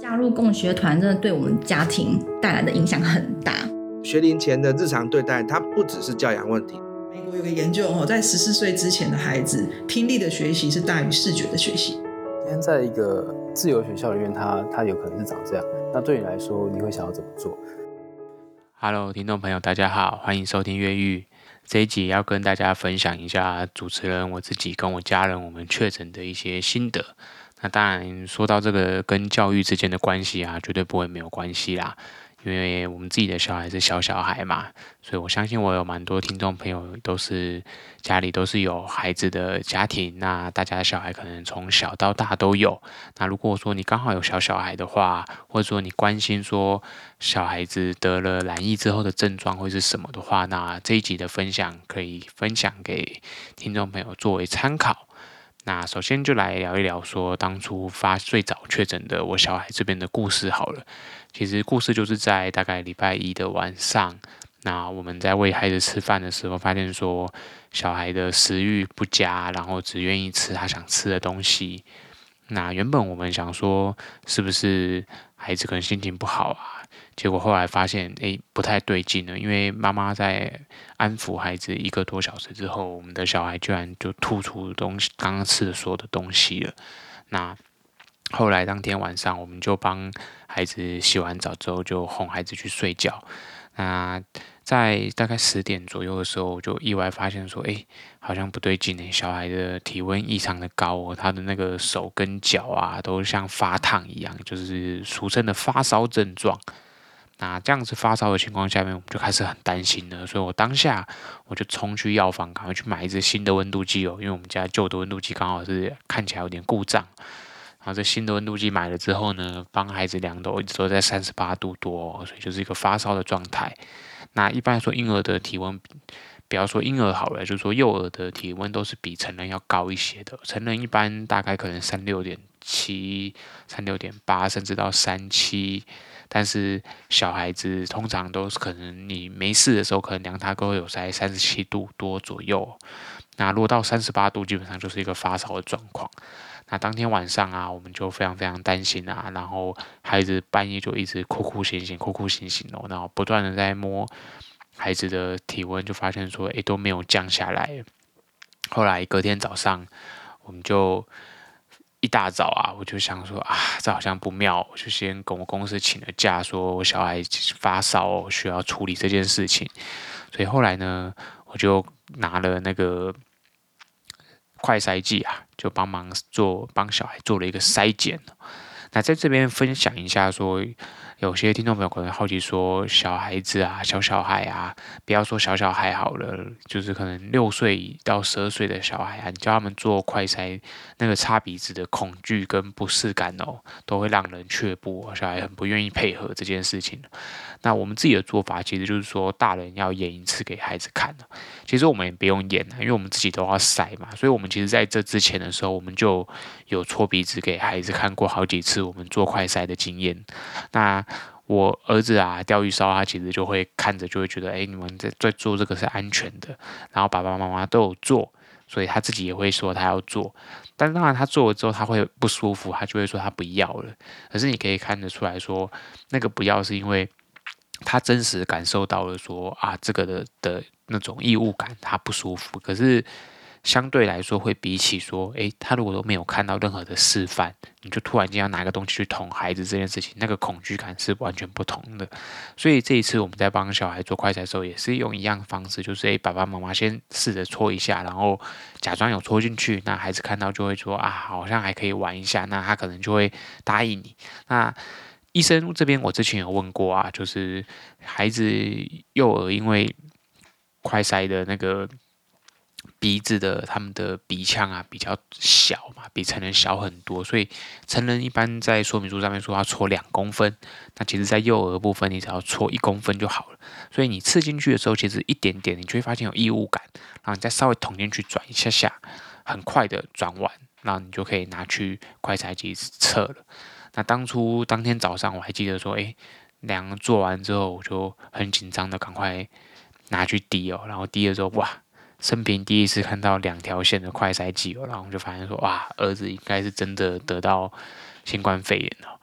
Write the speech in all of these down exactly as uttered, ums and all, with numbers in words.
加入共学团真的对我们家庭带来的影响很大。 学龄前的日常对待，它不只是教养问题。 美国有个研究，在十四岁之前的孩子，听力的学习是大于视觉的学习。 今天在一个自由学校里面，它它有可能是长这样，那对你来说，你会想要怎么做？ Hello， 听众朋友，大家好，欢迎收听越狱。这一集要跟大家分享一下主持人我自己跟我家人我们确诊的一些心得。那当然说到这个跟教育之间的关系啊，绝对不会没有关系啦。因为我们自己的小孩是小小孩嘛，所以我相信我有蛮多听众朋友都是家里都是有孩子的家庭，那大家的小孩可能从小到大都有。那如果说你刚好有小小孩的话，或者说你关心说小孩子得了染疫之后的症状会是什么的话，那这一集的分享可以分享给听众朋友作为参考。那首先就来聊一聊说当初发最早确诊的我小孩这边的故事好了。其实故事就是在大概礼拜一的晚上，那我们在喂孩子吃饭的时候，发现说小孩的食欲不佳，然后只愿意吃他想吃的东西。那原本我们想说是不是孩子可能心情不好啊，结果后来发现诶不太对劲了，因为妈妈在安抚孩子一个多小时之后，我们的小孩居然就吐出东西刚刚吃的所有的东西了。那后来当天晚上我们就帮孩子洗完澡之后就哄孩子去睡觉。那在大概十点左右的时候，我就意外发现说，哎，好像不对劲哎，小孩的体温异常的高哦，他的那个手跟脚啊都像发烫一样，就是俗称的发烧症状。那这样子发烧的情况下面，我们就开始很担心了，所以我当下我就冲去药房，赶快去买一支新的温度计哦，因为我们家旧的温度计刚好是看起来有点故障。然后这新的温度计买了之后呢，帮孩子量都一直都在三十八度多、哦，所以就是一个发烧的状态。那一般来说，婴儿的体温，不要说婴儿好了，就是说幼儿的体温都是比成人要高一些的。成人一般大概可能三六点七、三六点八，甚至到三七。但是小孩子通常都是可能你没事的时候，可能量他都会有在三十七度多左右。那如果到三十八度，基本上就是一个发烧的状况。那当天晚上啊，我们就非常非常担心啊，然后孩子半夜就一直哭哭醒醒、哭哭醒醒哦，然后不断的在摸孩子的体温，就发现说，诶都没有降下来。后来隔天早上，我们就一大早啊，我就想说啊，这好像不妙，我就先跟我公司请了假，说我小孩发烧，需要处理这件事情。所以后来呢，我就拿了那个快筛剂啊，就帮忙做帮小孩做了一个筛检。那在这边分享一下说，有些听众朋友可能好奇说，小孩子啊，小小孩啊，不要说小小孩好了，就是可能六岁到十二岁的小孩啊，你叫他们做快筛，那个擦鼻子的恐惧跟不适感哦，都会让人却步、哦，小孩很不愿意配合这件事情。那我们自己的做法，其实就是说，大人要演一次给孩子看。其实我们也不用演，因为我们自己都要筛嘛，所以我们其实在这之前的时候，我们就有搓鼻子给孩子看过好几次我们做快筛的经验。那我儿子啊，钓鱼烧他其实就会看着就会觉得，哎，你们在在做这个是安全的，然后爸爸妈妈都有做，所以他自己也会说他要做。但当然他做了之后他会不舒服，他就会说他不要了。可是你可以看得出来说，那个不要是因为他真实感受到了说啊，这个的的那种异物感，他不舒服。可是相对来说，会比起说，诶，他如果都没有看到任何的示范，你就突然间要拿个东西去捅孩子这件事情，那个恐惧感是完全不同的。所以这一次我们在帮小孩做快筛的时候，也是用一样的方式，就是诶，爸爸妈妈先试着搓一下，然后假装有搓进去，那孩子看到就会说啊，好像还可以玩一下，那他可能就会答应你。那医生这边我之前有问过啊，就是孩子幼儿因为快筛的那个鼻子的他们的鼻腔啊比较小嘛，比成人小很多，所以成人一般在说明书上面说要戳两公分，那其实在幼儿部分你只要戳一公分就好了。所以你刺进去的时候，其实一点点你就会发现有异物感，然后你再稍微捅进去转一下下，很快的转完，然后你就可以拿去快筛机测了。那当初当天早上我还记得说，哎，两个做完之后，我就很紧张的赶快拿去滴哦，然后滴了之后，哇，生平第一次看到两条线的快筛剂哦，然后我就发现说，哇，儿子应该是真的得到新冠肺炎了。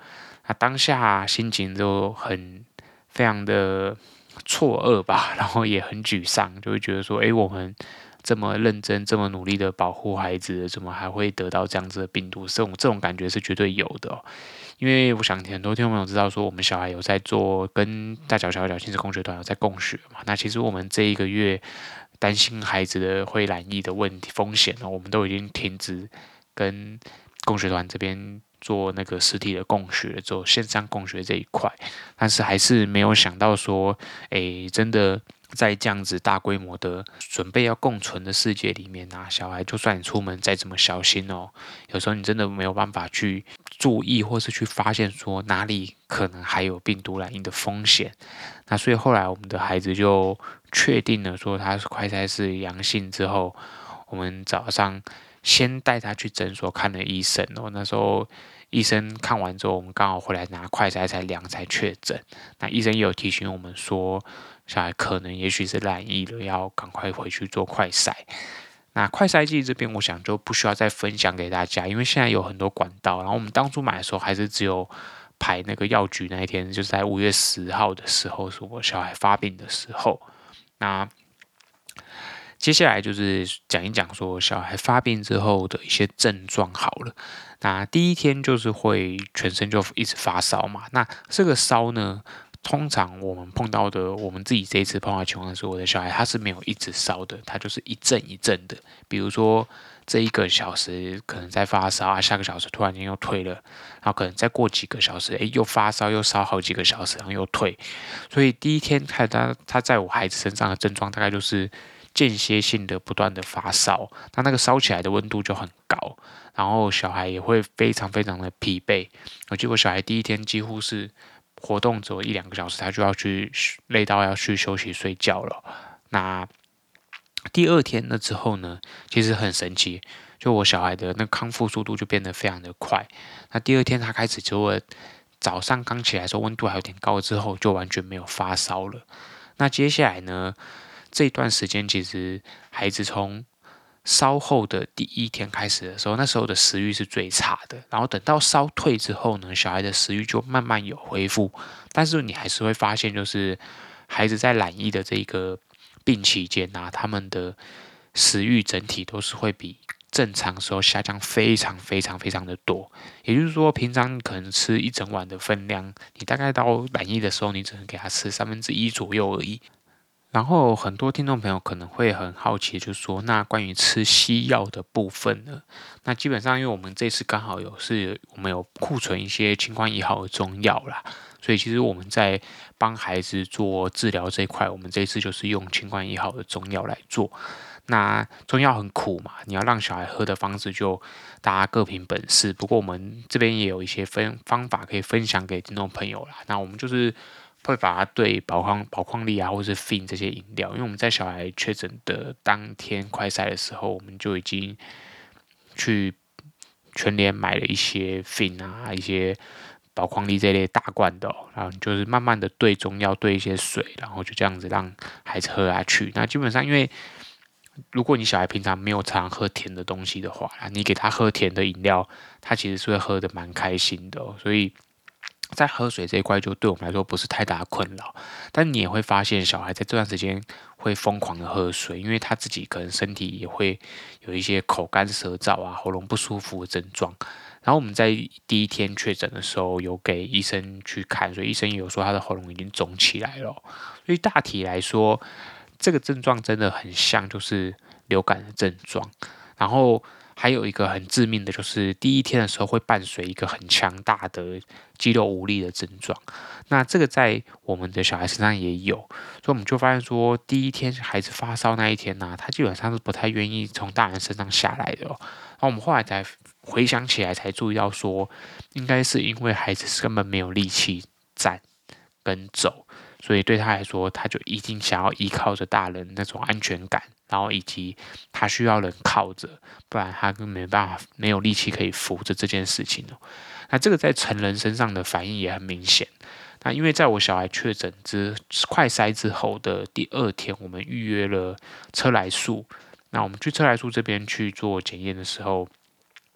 那当下心情就很非常的错愕吧，然后也很沮丧，就会觉得说，哎，我们这么认真、这么努力的保护孩子，怎么还会得到这样子的病毒？这种这种感觉是绝对有的哦。因为我想很多听众朋友知道说，我们小孩有在做跟大脚小脚亲子共学团有在共学嘛。那其实我们这一个月担心孩子的会染疫的问题风险呢，我们都已经停止跟共学团这边做那个实体的共学，做线上共学这一块。但是还是没有想到说，哎，真的。在这样子大规模的准备要共存的世界里面啊，小孩就算你出门再怎么小心哦，有时候你真的没有办法去注意或是去发现说哪里可能还有病毒染疫的风险。那所以后来我们的孩子就确定了说他是快筛是阳性之后，我们早上先带他去诊所看了医生哦，那时候。医生看完之后，我们刚好回来拿快筛才量才确诊。那医生也有提醒我们说，小孩可能也许是染疫了，要赶快回去做快筛。那快筛剂这边，我想就不需要再分享给大家，因为现在有很多管道。然后我们当初买的时候，还是只有排那个药局那一天，就是在五月十号的时候，是我小孩发病的时候。那接下来就是讲一讲说小孩发病之后的一些症状好了。那第一天就是会全身就一直发烧嘛。那这个烧呢，通常我们碰到的，我们自己这一次碰到的情况是，我的小孩他是没有一直烧的，他就是一阵一阵的。比如说这一个小时可能在发烧啊，下个小时突然间又退了，然后可能再过几个小时，哎，又发烧又烧好几个小时，然后又退。所以第一天看他他在我孩子身上的症状，大概就是间歇性的不断的发烧，那那个烧起来的温度就很高，然后小孩也会非常非常的疲惫。我记得我小孩第一天几乎是活动只有一两个小时，他就要去累到要去休息睡觉了。那第二天了之后呢，其实很神奇，就我小孩的那康复速度就变得非常的快。那第二天他开始就会早上刚起来的时候温度还有点高，之后就完全没有发烧了。那接下来呢？这段时间其实孩子从烧后的第一天开始的时候，那时候的食欲是最差的。然后等到烧退之后呢，小孩的食欲就慢慢有恢复。但是你还是会发现，就是孩子在染疫的这个病期间啊，他们的食欲整体都是会比正常时候下降非常非常非常的多。也就是说，平常你可能吃一整碗的分量，你大概到染疫的时候，你只能给他吃三分之一左右而已。然后很多听众朋友可能会很好奇，就是说，那关于吃西药的部分呢？那基本上，因为我们这次刚好有是，我们有库存一些清冠一号的中药啦，所以其实我们在帮孩子做治疗这一块，我们这次就是用清冠一号的中药来做。那中药很苦嘛，你要让小孩喝的方式就大家各凭本事。不过我们这边也有一些分方法可以分享给听众朋友啦。那我们就是会把它对宝矿宝矿力啊，或是 F I N 这些饮料，因为我们在小孩确诊的当天快筛的时候，我们就已经去全联买了一些 F I N 啊，一些宝矿力这类大罐的、哦，然后就是慢慢的兑中药，兑一些水，然后就这样子让孩子喝下去。那基本上因为如果你小孩平常没有常喝甜的东西的话，你给他喝甜的饮料，他其实是会喝得蛮开心的、哦，所以在喝水这一块就对我们来说不是太大的困扰。但你也会发现小孩在这段时间会疯狂的喝水，因为他自己可能身体也会有一些口干舌燥啊、喉咙不舒服的症状。然后我们在第一天确诊的时候有给医生去看，所以医生也有说他的喉咙已经肿起来了。所以大体来说，这个症状真的很像就是流感的症状。然后还有一个很致命的就是第一天的时候会伴随一个很强大的肌肉无力的症状。那这个在我们的小孩身上也有，所以我们就发现说，第一天孩子发烧那一天呢、啊，他基本上是不太愿意从大人身上下来的、哦。然后我们后来才回想起来，才注意到说，应该是因为孩子根本没有力气站跟走，所以对他来说，他就一定想要依靠着大人那种安全感，然后以及他需要人靠着，不然他根本没办法，没有力气可以扶着这件事情哦。那这个在成人身上的反应也很明显。那因为在我小孩确诊之快筛之后的第二天，我们预约了车来素。那我们去车来素这边去做检验的时候，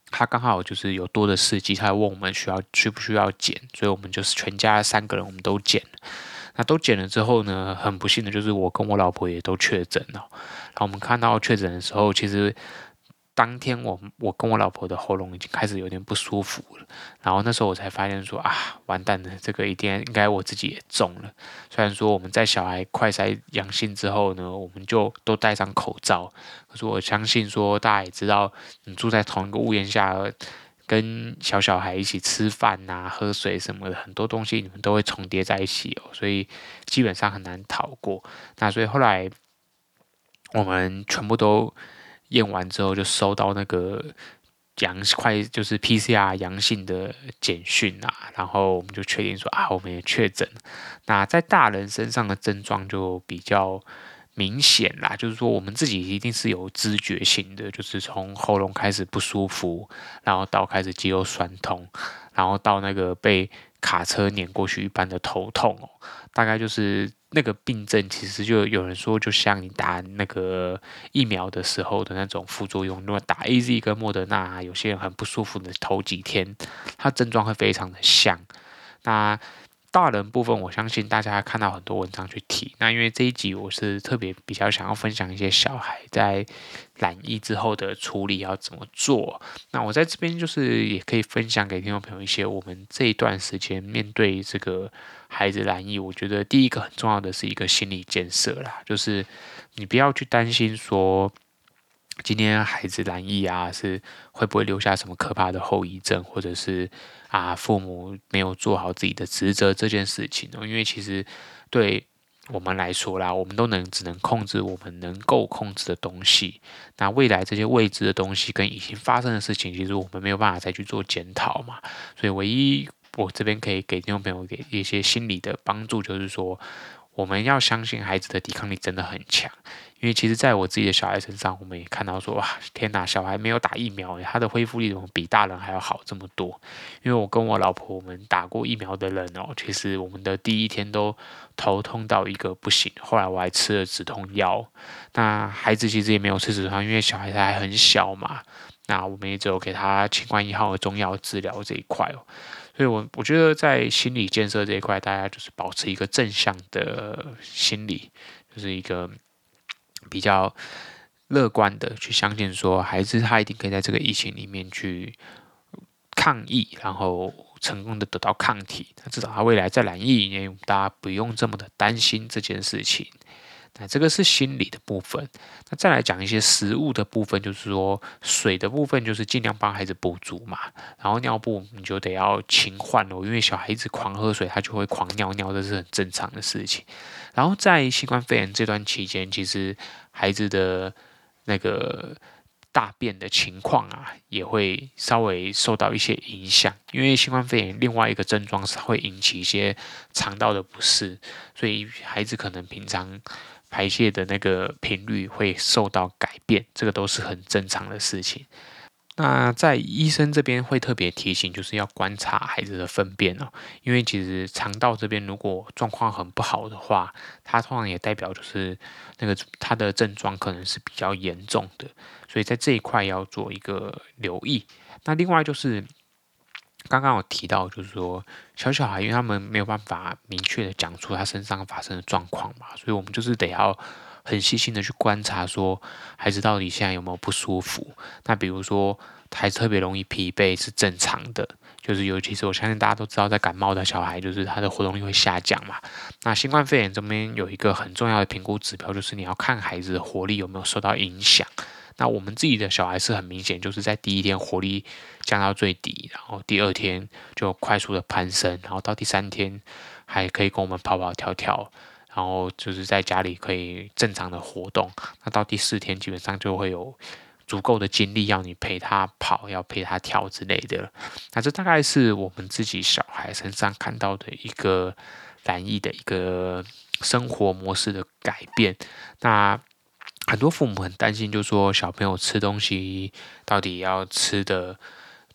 他刚好就是有多的试剂，他问我们需要需不需要检，所以我们就是全家三个人我们都检了。那都检了之后呢，很不幸的就是我跟我老婆也都确诊了。然后我们看到确诊的时候，其实当天我我跟我老婆的喉咙已经开始有点不舒服了。然后那时候我才发现说啊，完蛋了，这个一定应该我自己也中了。虽然说我们在小孩快筛阳性之后呢，我们就都戴上口罩，可是我相信说大家也知道，你住在同一个屋檐下，跟小小孩一起吃饭啊、喝水什么的，很多东西你们都会重叠在一起哦，所以基本上很难逃过。那所以后来我们全部都验完之后，就收到那个阳快就是 P C R 阳性的简讯啊，然后我们就确定说啊，我们也确诊。那在大人身上的症状就比较明显啦，就是说我们自己一定是有知觉性的，就是从喉咙开始不舒服，然后到开始肌肉酸痛，然后到那个被卡车碾过去一般的头痛哦，大概就是那个病症，其实就有人说，就像你打那个疫苗的时候的那种副作用。如果打 A Z 跟莫德纳，有些人很不舒服的头几天，它症状会非常的像。那大人部分，我相信大家看到很多文章去提。那因为这一集我是特别比较想要分享一些小孩在染疫之后的处理要怎么做。那我在这边就是也可以分享给听众朋友一些我们这一段时间面对这个孩子染疫，我觉得第一个很重要的是一个心理建设啦，就是你不要去担心说今天孩子染疫啊，是会不会留下什么可怕的后遗症，或者是啊父母没有做好自己的职责这件事情哦。因为其实对我们来说啦，我们都能只能控制我们能够控制的东西。那未来这些未知的东西跟已经发生的事情，其实我们没有办法再去做检讨嘛。所以唯一我这边可以给听众朋友给一些心理的帮助，就是说我们要相信孩子的抵抗力真的很强。因为其实在我自己的小孩身上，我们也看到说，哇，天哪，小孩没有打疫苗，他的恢复力怎么比大人还要好这么多？因为我跟我老婆，我们打过疫苗的人哦，其实我们的第一天都头痛到一个不行，后来我还吃了止痛药。那孩子其实也没有吃止痛药，因为小孩他还很小嘛。那我们也只有给他清冠一号的中药治疗这一块哦。所以我我觉得在心理建设这一块，大家就是保持一个正向的心理，就是一个比较乐观的去相信说，孩子他一定可以在这个疫情里面去抗疫，然后成功的得到抗体。那至少他未来在染疫，因为大家不用这么的担心这件事情。那这个是心理的部分。那再来讲一些食物的部分，就是说水的部分，就是尽量帮孩子补足嘛。然后尿布你就得要勤换哦，因为小孩子狂喝水，他就会狂尿尿，这是很正常的事情。然后在新冠肺炎这段期间，其实孩子的那个大便的情况啊，也会稍微受到一些影响。因为新冠肺炎另外一个症状是会引起一些肠道的不适，所以孩子可能平常排泄的那个频率会受到改变，这个都是很正常的事情。那在医生这边会特别提醒，就是要观察孩子的粪便哦，因为其实肠道这边如果状况很不好的话，它通常也代表就是那个它的症状可能是比较严重的，所以在这一块要做一个留意。那另外就是刚刚有提到，就是说小小孩，因为他们没有办法明确的讲出他身上发生的状况嘛，所以我们就是得要很细心的去观察，说孩子到底现在有没有不舒服。那比如说孩子特别容易疲惫是正常的，就是尤其是我相信大家都知道，在感冒的小孩，就是他的活动力会下降嘛。那新冠肺炎这边有一个很重要的评估指标，就是你要看孩子的活力有没有受到影响。那我们自己的小孩是很明显，就是在第一天活力降到最低，然后第二天就快速的攀升，然后到第三天还可以跟我们跑跑跳跳，然后就是在家里可以正常的活动。那到第四天基本上就会有足够的精力要你陪他跑，要陪他跳之类的。那这大概是我们自己小孩身上看到的一个染疫的一个生活模式的改变。那很多父母很担心，就是说小朋友吃东西到底要吃的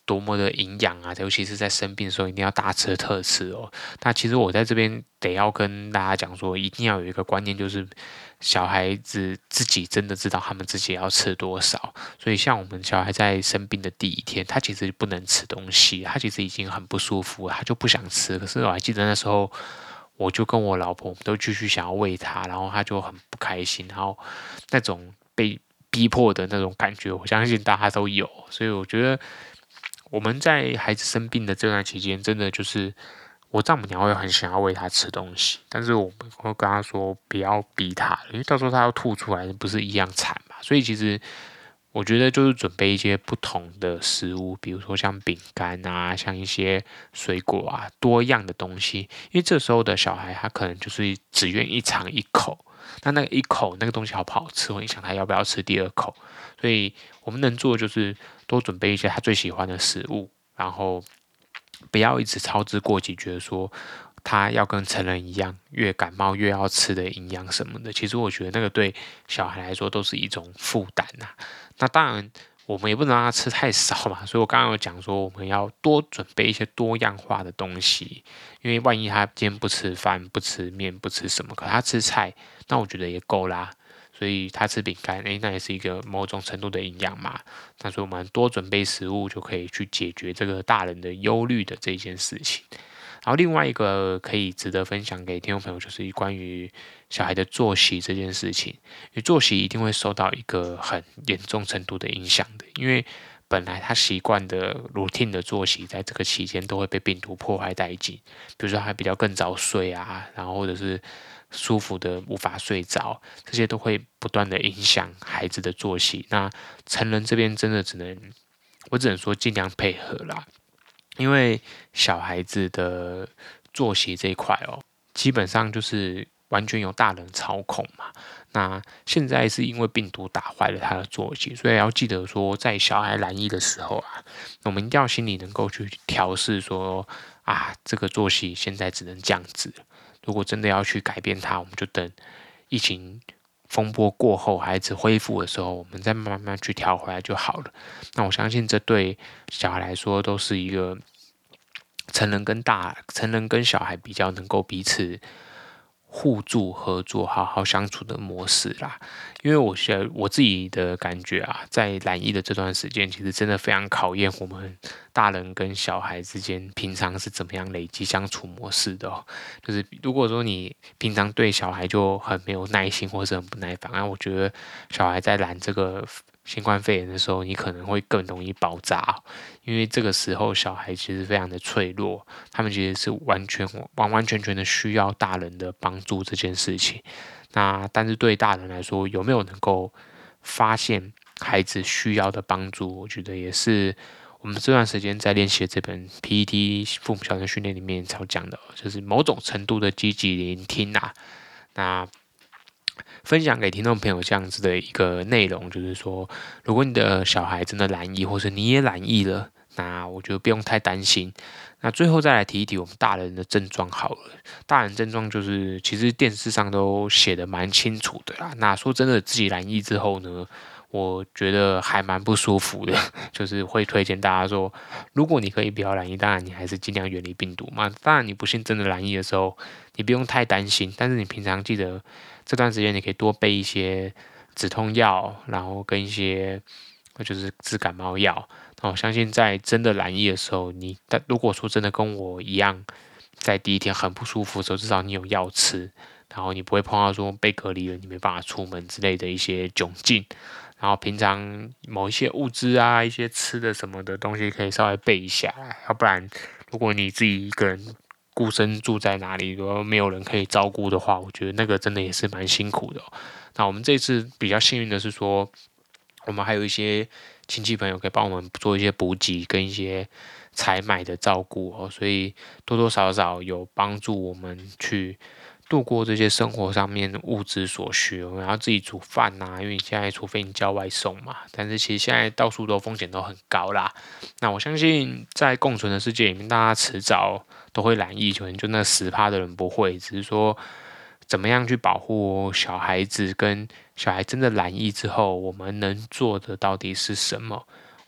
多么的营养啊，尤其是在生病的时候一定要大吃特吃哦。那其实我在这边得要跟大家讲说，一定要有一个观念，就是小孩子自己真的知道他们自己要吃多少。所以像我们小孩在生病的第一天，他其实不能吃东西，他其实已经很不舒服了，他就不想吃。可是我还记得那时候，我就跟我老婆，我们都继续想要喂他，然后他就很不开心，然后那种被逼迫的那种感觉，我相信大家都有。所以我觉得我们在孩子生病的这段期间，真的就是我丈母娘会很想要喂他吃东西，但是我们会跟他说不要逼他，因为到时候他要吐出来，不是一样惨嘛？所以其实我觉得就是准备一些不同的食物，比如说像饼干啊，像一些水果啊，多样的东西。因为这时候的小孩他可能就是只愿意尝一口，那那个一口那个东西好不好吃，会影响他要不要吃第二口。所以我们能做的就是多准备一些他最喜欢的食物，然后不要一直操之过急，觉得说他要跟成人一样，越感冒越要吃的营养什么的。其实我觉得那个对小孩来说都是一种负担呐。那当然，我们也不能让他吃太少嘛。所以我刚刚有讲说，我们要多准备一些多样化的东西，因为万一他今天不吃饭、不吃面、不吃什么，可他吃菜，那我觉得也够啦。所以他吃饼干，诶，那也是一个某种程度的营养嘛。那所以我们多准备食物，就可以去解决这个大人的忧虑的这件事情。然后另外一个可以值得分享给听众朋友，就是关于小孩的作息这件事情。因为作息一定会受到一个很严重程度的影响的，因为本来他习惯的 routine 的作息，在这个期间都会被病毒破坏殆尽。比如说他比较更早睡啊，然后或者是舒服的无法睡着，这些都会不断的影响孩子的作息。那成人这边真的只能，我只能说尽量配合啦。因为小孩子的作息这一块哦，基本上就是完全由大人操控嘛。那现在是因为病毒打坏了他的作息，所以要记得说，在小孩染疫的时候啊，我们一定要心里能够去调试说啊，这个作息现在只能这样子。如果真的要去改变它，我们就等疫情风波过后，孩子恢复的时候，我们再慢慢去调回来就好了。那我相信这对小孩来说都是一个成人跟大成人跟小孩比较能够彼此互助合作、好好相处的模式啦。因为我觉得我自己的感觉啊，在染疫的这段时间，其实真的非常考验我们大人跟小孩之间平常是怎么样累积相处模式的哦。就是如果说你平常对小孩就很没有耐心，或是很不耐烦，那我觉得小孩在染这个新冠肺炎的时候，你可能会更容易爆炸哦。因为这个时候小孩其实非常的脆弱，他们其实是完全完完全全的需要大人的帮助这件事情。那但是对大人来说，有没有能够发现孩子需要的帮助，我觉得也是我们这段时间在练习的这本 P E T 父母教育训练里面常讲的，就是某种程度的积极聆听啊。那分享给听众朋友这样子的一个内容，就是说，如果你的小孩真的染疫，或是你也染疫了，那我觉得不用太担心。那最后再来提一提我们大人的症状好了。大人症状就是其实电视上都写的蛮清楚的啦。那说真的，自己染疫之后呢，我觉得还蛮不舒服的，就是会推荐大家说，如果你可以不要染疫，当然你还是尽量远离病毒嘛。当然你不幸真的染疫的时候，你不用太担心，但是你平常记得这段时间你可以多备一些止痛药，然后跟一些就是治感冒药。那我相信在真的染疫的时候，你但如果说真的跟我一样，在第一天很不舒服的时候，至少你有药吃，然后你不会碰到说被隔离了你没办法出门之类的一些窘境。然后平常某一些物资啊，一些吃的什么的东西可以稍微备一下，要不然如果你自己一个人孤身住在哪里，如果没有人可以照顾的话，我觉得那个真的也是蛮辛苦的哦。那我们这次比较幸运的是说，我们还有一些亲戚朋友可以帮我们做一些补给跟一些采买的照顾哦，所以多多少少有帮助我们去度过这些生活上面物质所需。我们要自己煮饭呐、啊，因为你现在除非你叫外送嘛，但是其实现在到处都风险都很高啦。那我相信在共存的世界里面，大家迟早都会染疫，可能就那十趴的人不会，只是说怎么样去保护小孩子，跟小孩真的染疫之后，我们能做的到底是什么？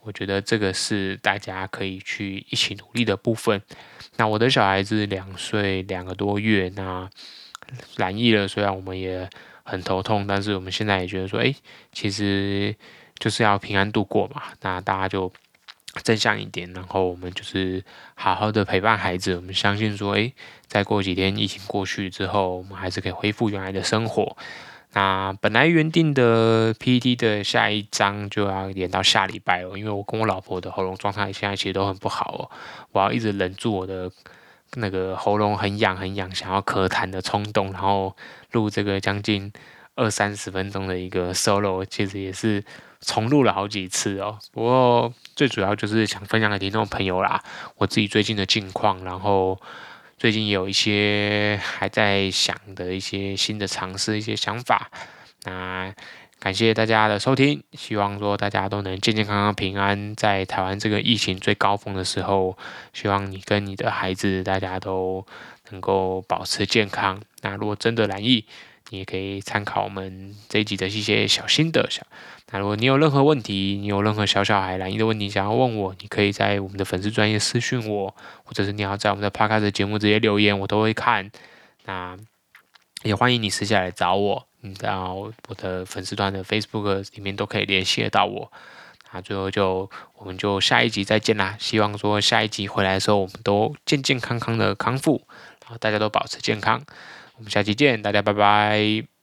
我觉得这个是大家可以去一起努力的部分。那我的小孩子两岁两个多月，那染疫了，虽然我们也很头痛，但是我们现在也觉得说，哎，其实就是要平安度过嘛。那大家就正向一点，然后我们就是好好的陪伴孩子。我们相信说，哎，再过几天疫情过去之后，我们还是可以恢复原来的生活。那本来原定的 P P T 的下一章就要延到下礼拜哦，因为我跟我老婆的喉咙状态现在其实都很不好哦，我要一直忍住我的那个喉咙很痒很痒，想要咳痰的冲动，然后录这个将近二三十分钟的一个 solo， 其实也是重录了好几次哦。不过最主要就是想分享给听众朋友啦，我自己最近的近况，然后最近也有一些还在想的一些新的尝试，一些想法。那感谢大家的收听，希望说大家都能健健康康平安，在台湾这个疫情最高峰的时候，希望你跟你的孩子大家都能够保持健康。那如果真的染疫，你也可以参考我们这一集的一些小心得。那如果你有任何问题，你有任何小小孩染疫的问题想要问我，你可以在我们的粉丝专页私讯我，或者是你要在我们的 Podcast 节目直接留言，我都会看。那也欢迎你私下来找我，你到我的粉丝团的 Facebook 里面都可以联系得到我。那最后就我们就下一集再见啦！希望说下一集回来的时候，我们都健健康康的康复，然后大家都保持健康。我们下期见，大家拜拜。